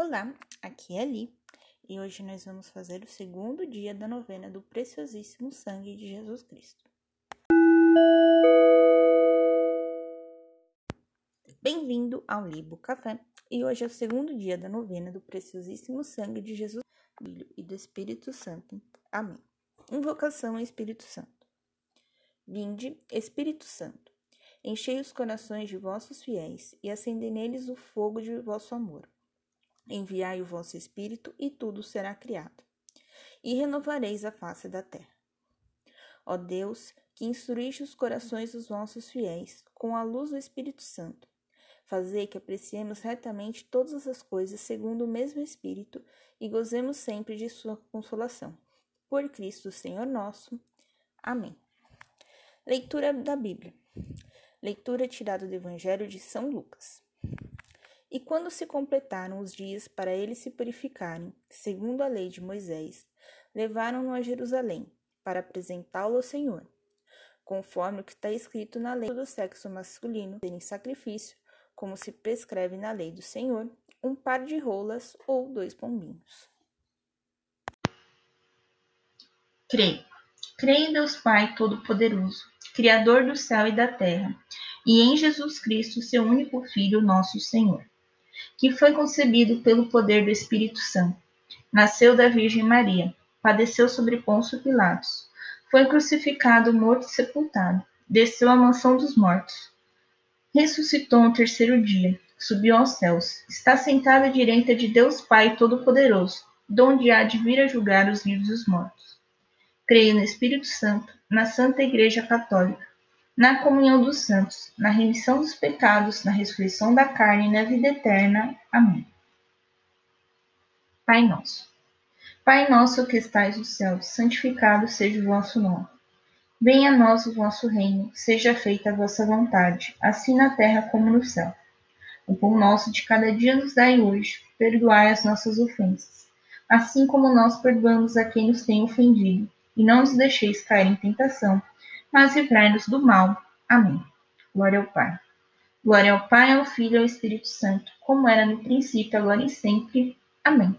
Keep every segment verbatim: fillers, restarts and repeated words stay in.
Olá, aqui é a Li e hoje nós vamos fazer o segundo dia da novena do Preciosíssimo Sangue de Jesus Cristo. Bem-vindo ao Libo Café e hoje é o segundo dia da novena do Preciosíssimo Sangue de Jesus, Filho e do Espírito Santo. Amém. Invocação ao Espírito Santo. Vinde, Espírito Santo, enchei os corações de vossos fiéis e acendei neles o fogo de vosso amor. Enviai o vosso Espírito, e tudo será criado, e renovareis a face da terra. Ó Deus, que instruíste os corações dos vossos fiéis, com a luz do Espírito Santo, fazei que apreciemos retamente todas as coisas segundo o mesmo Espírito, e gozemos sempre de sua consolação. Por Cristo, Senhor nosso. Amém. Leitura da Bíblia. Leitura tirada do Evangelho de São Lucas. E quando se completaram os dias para eles se purificarem, segundo a lei de Moisés, levaram-no a Jerusalém, para apresentá-lo ao Senhor, conforme o que está escrito na lei do sexo masculino, ter em sacrifício, como se prescreve na lei do Senhor, um par de rolas ou dois pombinhos. Creio. Creio em Deus Pai Todo-Poderoso, Criador do céu e da terra, e em Jesus Cristo, seu único Filho, nosso Senhor, que foi concebido pelo poder do Espírito Santo. Nasceu da Virgem Maria, padeceu sobre Pôncio Pilatos, foi crucificado, morto e sepultado, desceu à mansão dos mortos, ressuscitou no terceiro dia, subiu aos céus, está sentado à direita de Deus Pai Todo-Poderoso, donde há de vir a julgar os vivos e os mortos. Creio no Espírito Santo, na Santa Igreja Católica, na comunhão dos santos, na remissão dos pecados, na ressurreição da carne e na vida eterna. Amém. Pai Nosso. Pai nosso que estais no céu, santificado seja o vosso nome. Venha a nós o vosso reino, seja feita a vossa vontade, assim na terra como no céu. O pão nosso de cada dia nos dai hoje, perdoai as nossas ofensas, assim como nós perdoamos a quem nos tem ofendido, e não nos deixeis cair em tentação, mas livrai-nos do mal. Amém. Glória ao Pai. Glória ao Pai, ao Filho e ao Espírito Santo, como era no princípio, agora e sempre. Amém.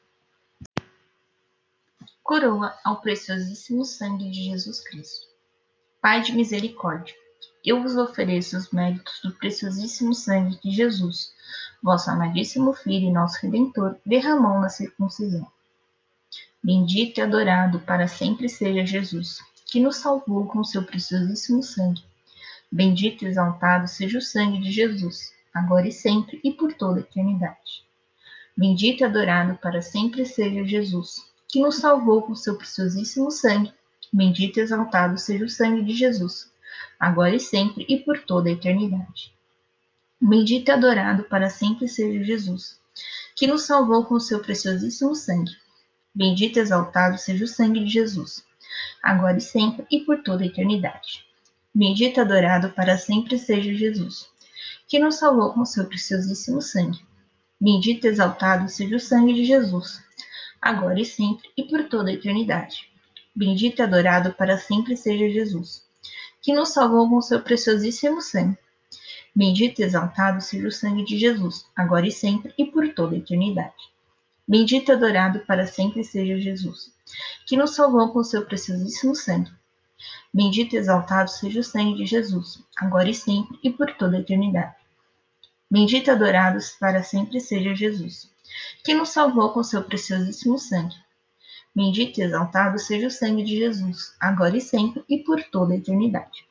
Coroa ao preciosíssimo sangue de Jesus Cristo. Pai de misericórdia, eu vos ofereço os méritos do preciosíssimo sangue de Jesus, vosso amadíssimo Filho e nosso Redentor, derramou na circuncisão. Bendito e adorado para sempre seja Jesus, que nos salvou com seu preciosíssimo sangue. Bendito e exaltado seja o sangue de Jesus, agora e sempre e por toda a eternidade. Bendito e adorado para sempre seja Jesus, que nos salvou com seu preciosíssimo sangue. Bendito e exaltado seja o sangue de Jesus, agora e sempre e por toda a eternidade. Bendito e adorado para sempre seja Jesus, que nos salvou com seu preciosíssimo sangue. Bendito e exaltado seja o sangue de Jesus, agora e sempre e por toda a eternidade. Bendito e adorado para sempre seja Jesus, que nos salvou com seu preciosíssimo sangue. Bendito e exaltado seja o sangue de Jesus, agora e sempre e por toda a eternidade. Bendito e adorado para sempre seja Jesus, que nos salvou com seu preciosíssimo sangue. Bendito e exaltado seja o sangue de Jesus, agora e sempre e por toda a eternidade. Bendito e adorado para sempre seja Jesus, que nos salvou com seu preciosíssimo sangue. Bendito e exaltado seja o sangue de Jesus, agora e sempre e por toda a eternidade. Bendito e adorado para sempre seja Jesus, que nos salvou com seu preciosíssimo sangue. Bendito e exaltado seja o sangue de Jesus, agora e sempre e por toda a eternidade.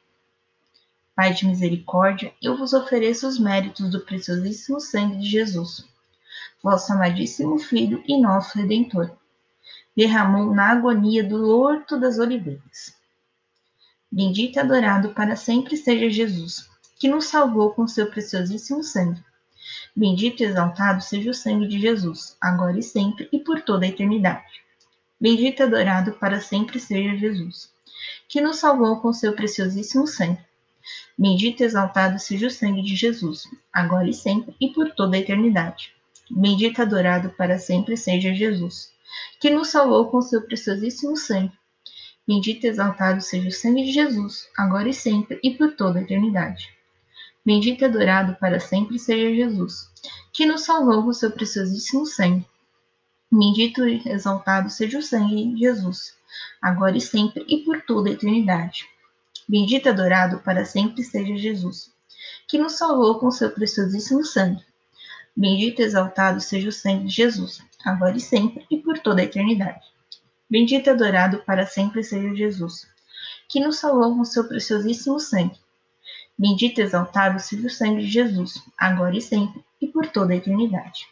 Pai de misericórdia, eu vos ofereço os méritos do preciosíssimo sangue de Jesus, vosso amadíssimo Filho e nosso Redentor, derramou na agonia do horto das oliveiras. Bendito e adorado para sempre seja Jesus, que nos salvou com seu preciosíssimo sangue. Bendito e exaltado seja o sangue de Jesus, agora e sempre e por toda a eternidade. Bendito e adorado para sempre seja Jesus, que nos salvou com seu preciosíssimo sangue. Bendito e exaltado seja o sangue de Jesus, agora e sempre e por toda a eternidade. Bendito e adorado para sempre seja Jesus, que nos salvou com seu preciosíssimo sangue. Bendito e exaltado seja o sangue de Jesus, agora e sempre e por toda a eternidade. Bendito e adorado para sempre seja Jesus, que nos salvou com seu preciosíssimo sangue. Bendito e exaltado seja o sangue de Jesus, agora e sempre e por toda a eternidade. Bendito e adorado para sempre seja Jesus, que nos salvou com seu preciosíssimo sangue. Bendito e exaltado seja o sangue de Jesus, agora e sempre e por toda a eternidade. Bendito e adorado para sempre seja Jesus, que nos salvou com seu preciosíssimo sangue. Bendito e exaltado seja o sangue de Jesus, agora e sempre e por toda a eternidade.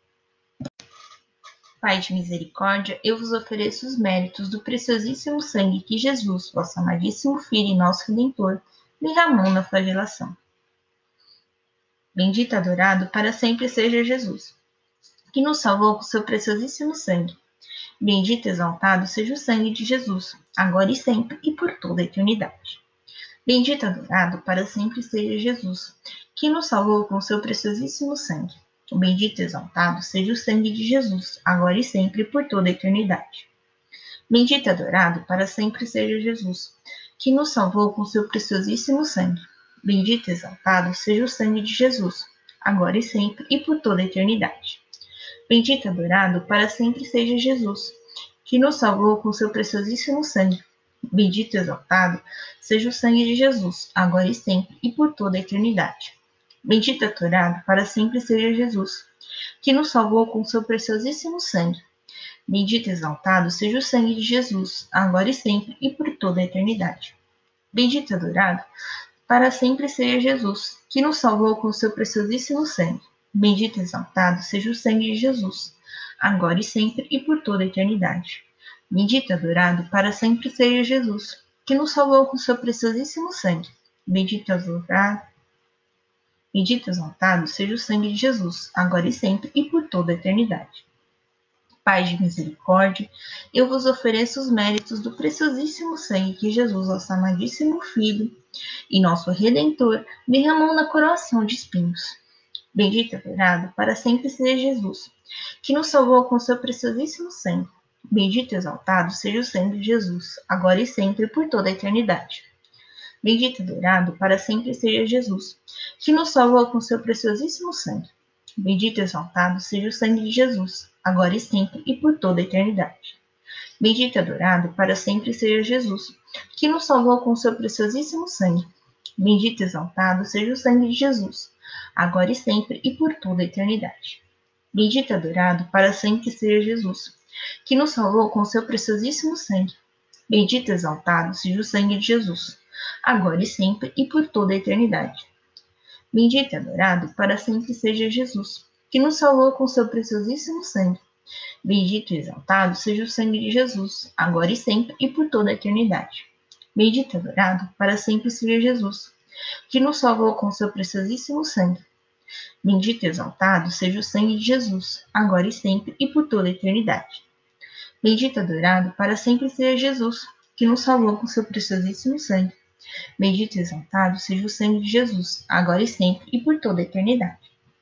Pai de misericórdia, eu vos ofereço os méritos do preciosíssimo sangue que Jesus, vosso amadíssimo Filho e nosso Redentor, derramou na flagelação. Bendito e adorado para sempre seja Jesus, que nos salvou com seu preciosíssimo sangue. Bendito e exaltado seja o sangue de Jesus, agora e sempre e por toda a eternidade. Bendito e adorado para sempre seja Jesus, que nos salvou com seu preciosíssimo sangue. Bendito e exaltado seja o sangue de Jesus, agora e sempre e por toda a eternidade. Bendito e adorado para sempre seja Jesus, que nos salvou com seu preciosíssimo sangue. Bendito e exaltado seja o sangue de Jesus, agora e sempre e por toda a eternidade. Bendito e adorado para sempre seja Jesus, que nos salvou com seu preciosíssimo sangue. Bendito e exaltado seja o sangue de Jesus, agora e sempre e por toda a eternidade. Bendito e adorado para sempre seja Jesus, que nos salvou com seu preciosíssimo sangue. Bendito e exaltado seja o sangue de Jesus, agora e sempre e por toda a eternidade. Bendito e adorado para sempre seja Jesus, que nos salvou com seu preciosíssimo sangue. Bendito e exaltado seja o sangue de Jesus, agora e sempre e por toda a eternidade. Bendito e adorado para sempre seja Jesus, que nos salvou com seu preciosíssimo sangue. Bendito e adorado, bendito e exaltado seja o sangue de Jesus, agora e sempre e por toda a eternidade. Pai de misericórdia, eu vos ofereço os méritos do preciosíssimo sangue que Jesus, nosso amadíssimo Filho e nosso Redentor, derramou na coroação de espinhos. Bendito e adorado para sempre seja Jesus, que nos salvou com seu preciosíssimo sangue. Bendito e exaltado seja o sangue de Jesus, agora e sempre por toda a eternidade. Bendito e adorado para sempre seja Jesus, que nos salvou com seu preciosíssimo sangue. Bendito e exaltado seja o sangue de Jesus, agora e sempre e por toda a eternidade. Bendito e adorado para sempre seja Jesus, que nos salvou com seu preciosíssimo sangue. Bendito e exaltado seja o sangue de Jesus, agora e sempre e por toda a eternidade. Bendito e adorado para sempre seja Jesus, que nos salvou com seu preciosíssimo sangue. Bendito e exaltado seja o sangue de Jesus, agora e sempre e por toda a eternidade. Bendito e adorado para sempre seja Jesus, que nos salvou com seu preciosíssimo sangue. Bendito e exaltado seja o sangue de Jesus, agora e sempre e por toda a eternidade. Bendito e adorado para sempre seja Jesus, que nos salvou com seu preciosíssimo sangue. Bendito e exaltado seja o sangue de Jesus, agora e sempre e por toda a eternidade. Bendito e adorado para sempre seja Jesus, que nos salvou com seu preciosíssimo sangue. Bendito e exaltado seja o sangue de Jesus, agora e sempre e por toda a eternidade.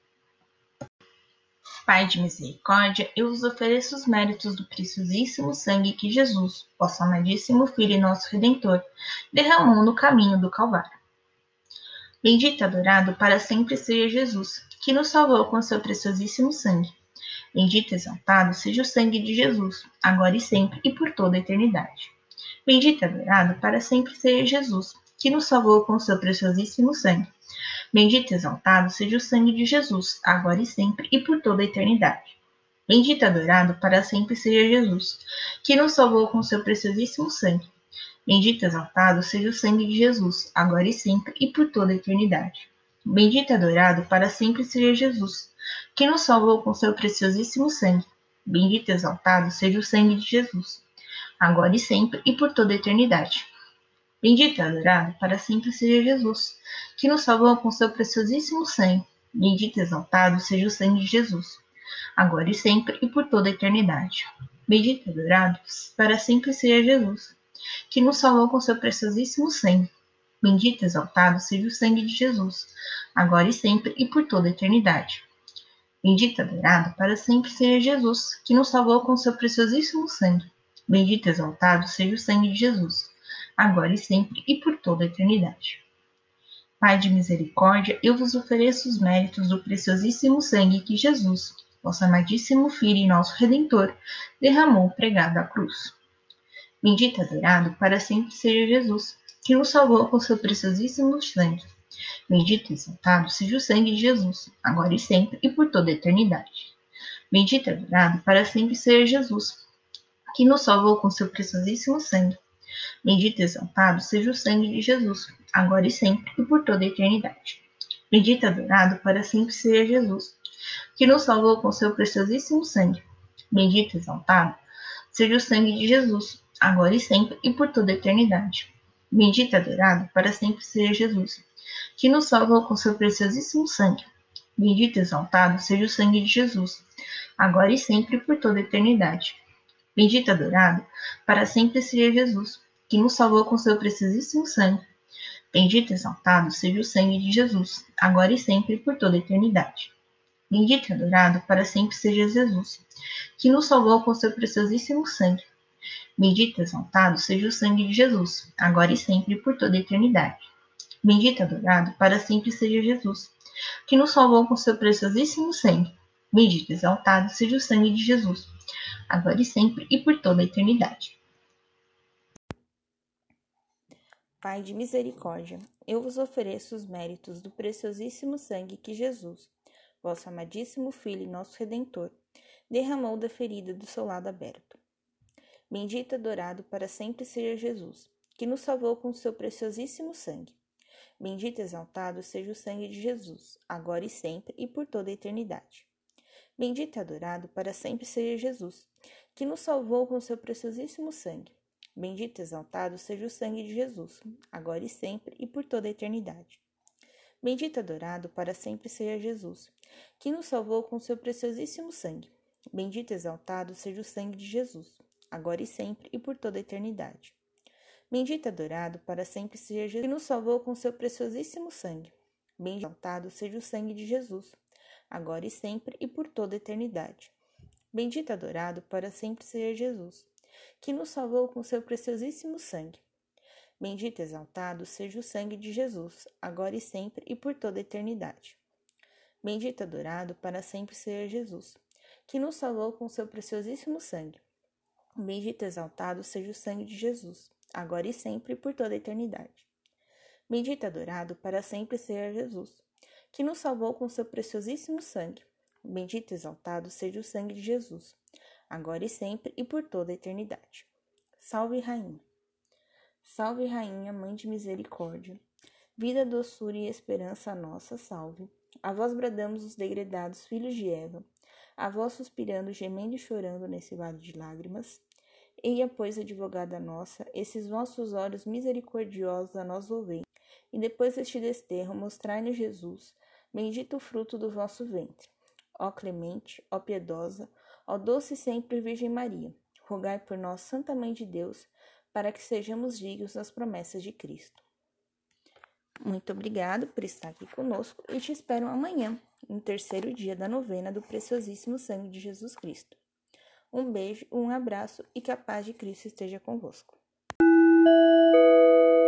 Pai de misericórdia, eu vos ofereço os méritos do preciosíssimo sangue que Jesus, vosso amadíssimo Filho e nosso Redentor, derramou no caminho do Calvário. Bendito e adorado para sempre seja Jesus, que nos salvou com seu preciosíssimo sangue. Bendito e exaltado seja o sangue de Jesus, agora e sempre e por toda a eternidade. Bendito e adorado para sempre seja Jesus, que nos salvou com seu preciosíssimo sangue. Bendito e exaltado seja o sangue de Jesus, agora e sempre e por toda a eternidade. Bendito e adorado para sempre seja Jesus, que nos salvou com seu preciosíssimo sangue. Bendito e exaltado seja o sangue de Jesus, agora e sempre e por toda a eternidade. Bendito e adorado para sempre seja Jesus, que nos salvou com seu preciosíssimo sangue. Bendito e exaltado seja o sangue de Jesus, agora e sempre e por toda a eternidade. Bendito e adorado para sempre seja Jesus, que nos salvou com seu preciosíssimo sangue. Bendito e exaltado seja o sangue de Jesus, agora e sempre e por toda a eternidade. Bendito e adorado para sempre seja Jesus, que nos salvou com seu preciosíssimo sangue. Bendito e exaltado seja o sangue de Jesus, agora e sempre e por toda a eternidade. Bendito e adorado para sempre seja Jesus, que nos salvou com seu preciosíssimo sangue. Bendito e exaltado seja o sangue de Jesus, agora e sempre e por toda a eternidade. Pai de misericórdia, eu vos ofereço os méritos do preciosíssimo sangue que Jesus, vosso amadíssimo Filho e nosso Redentor, derramou pregado à cruz. Bendito e adorado para sempre seja Jesus, que nos salvou com seu preciosíssimo sangue. Bendito e exaltado seja o sangue de Jesus, agora e sempre e por toda a eternidade. Bendito e adorado para sempre seja Jesus, que nos salvou com seu preciosíssimo sangue. Bendito e exaltado seja o sangue de Jesus, agora e sempre e por toda a eternidade. Bendito e adorado para sempre seja Jesus, que nos salvou com seu preciosíssimo sangue. Bendito e exaltado seja o sangue de Jesus, agora e sempre e por toda a eternidade. Bendito e adorado para sempre seja Jesus, que nos salvou com seu preciosíssimo sangue. Bendito e exaltado seja o sangue de Jesus, agora e sempre e por toda a eternidade. Bendito e adorado para sempre seja Jesus, que nos salvou com seu preciosíssimo sangue. Bendito e exaltado seja o sangue de Jesus, agora e sempre e por toda a eternidade. Bendito e adorado para sempre seja Jesus, que nos salvou com seu preciosíssimo sangue. Bendito e exaltado seja o sangue de Jesus, agora e sempre e por toda a eternidade. Bendito e adorado para sempre seja Jesus, que nos salvou com seu preciosíssimo sangue. Bendito e exaltado seja o sangue de Jesus, agora e sempre e por toda a eternidade. Pai de misericórdia, eu vos ofereço os méritos do preciosíssimo sangue que Jesus, vosso amadíssimo Filho e nosso Redentor, derramou da ferida do seu lado aberto. Bendito e adorado para sempre seja Jesus, que nos salvou com seu preciosíssimo sangue. Bendito e exaltado seja o sangue de Jesus, agora e sempre e por toda a eternidade. Bendito e adorado para sempre seja Jesus, que nos salvou com seu preciosíssimo sangue. Bendito e exaltado seja o sangue de Jesus, agora e sempre e por toda a eternidade. Bendito e adorado para sempre seja Jesus, que nos salvou com seu preciosíssimo sangue. Bendito e exaltado seja o sangue de Jesus, agora e sempre e por toda a eternidade. Bendito e adorado para sempre seja Jesus, que nos salvou com seu preciosíssimo sangue. Bendito e exaltado seja o sangue de Jesus, agora e sempre e por toda a eternidade. Bendito e adorado para sempre seja Jesus, que nos salvou com seu preciosíssimo sangue. Bendito e exaltado seja o sangue de Jesus, agora e sempre e por toda a eternidade. Bendito e adorado para sempre seja Jesus, que nos salvou com seu preciosíssimo sangue. Bendito e exaltado seja o sangue de Jesus, agora e sempre e por toda a eternidade. Bendito e adorado para sempre seja Jesus, que nos salvou com seu preciosíssimo sangue. Bendito e exaltado seja o sangue de Jesus, agora e sempre e por toda a eternidade. Salve, Rainha! Salve, Rainha, Mãe de Misericórdia! Vida, doçura e esperança nossa, salve! A vós bradamos os degredados filhos de Eva, a vós suspirando, gemendo e chorando nesse vale de lágrimas. Eia, pois, advogada nossa, esses vossos olhos misericordiosos a nós volvei, e depois deste desterro mostrai-nos Jesus, bendito o fruto do vosso ventre. Ó clemente, ó piedosa, ó doce sempre Virgem Maria, rogai por nós, Santa Mãe de Deus, para que sejamos dignos das promessas de Cristo. Muito obrigado por estar aqui conosco e te espero amanhã, no terceiro dia da novena do preciosíssimo sangue de Jesus Cristo. Um beijo, um abraço e que a paz de Cristo esteja convosco.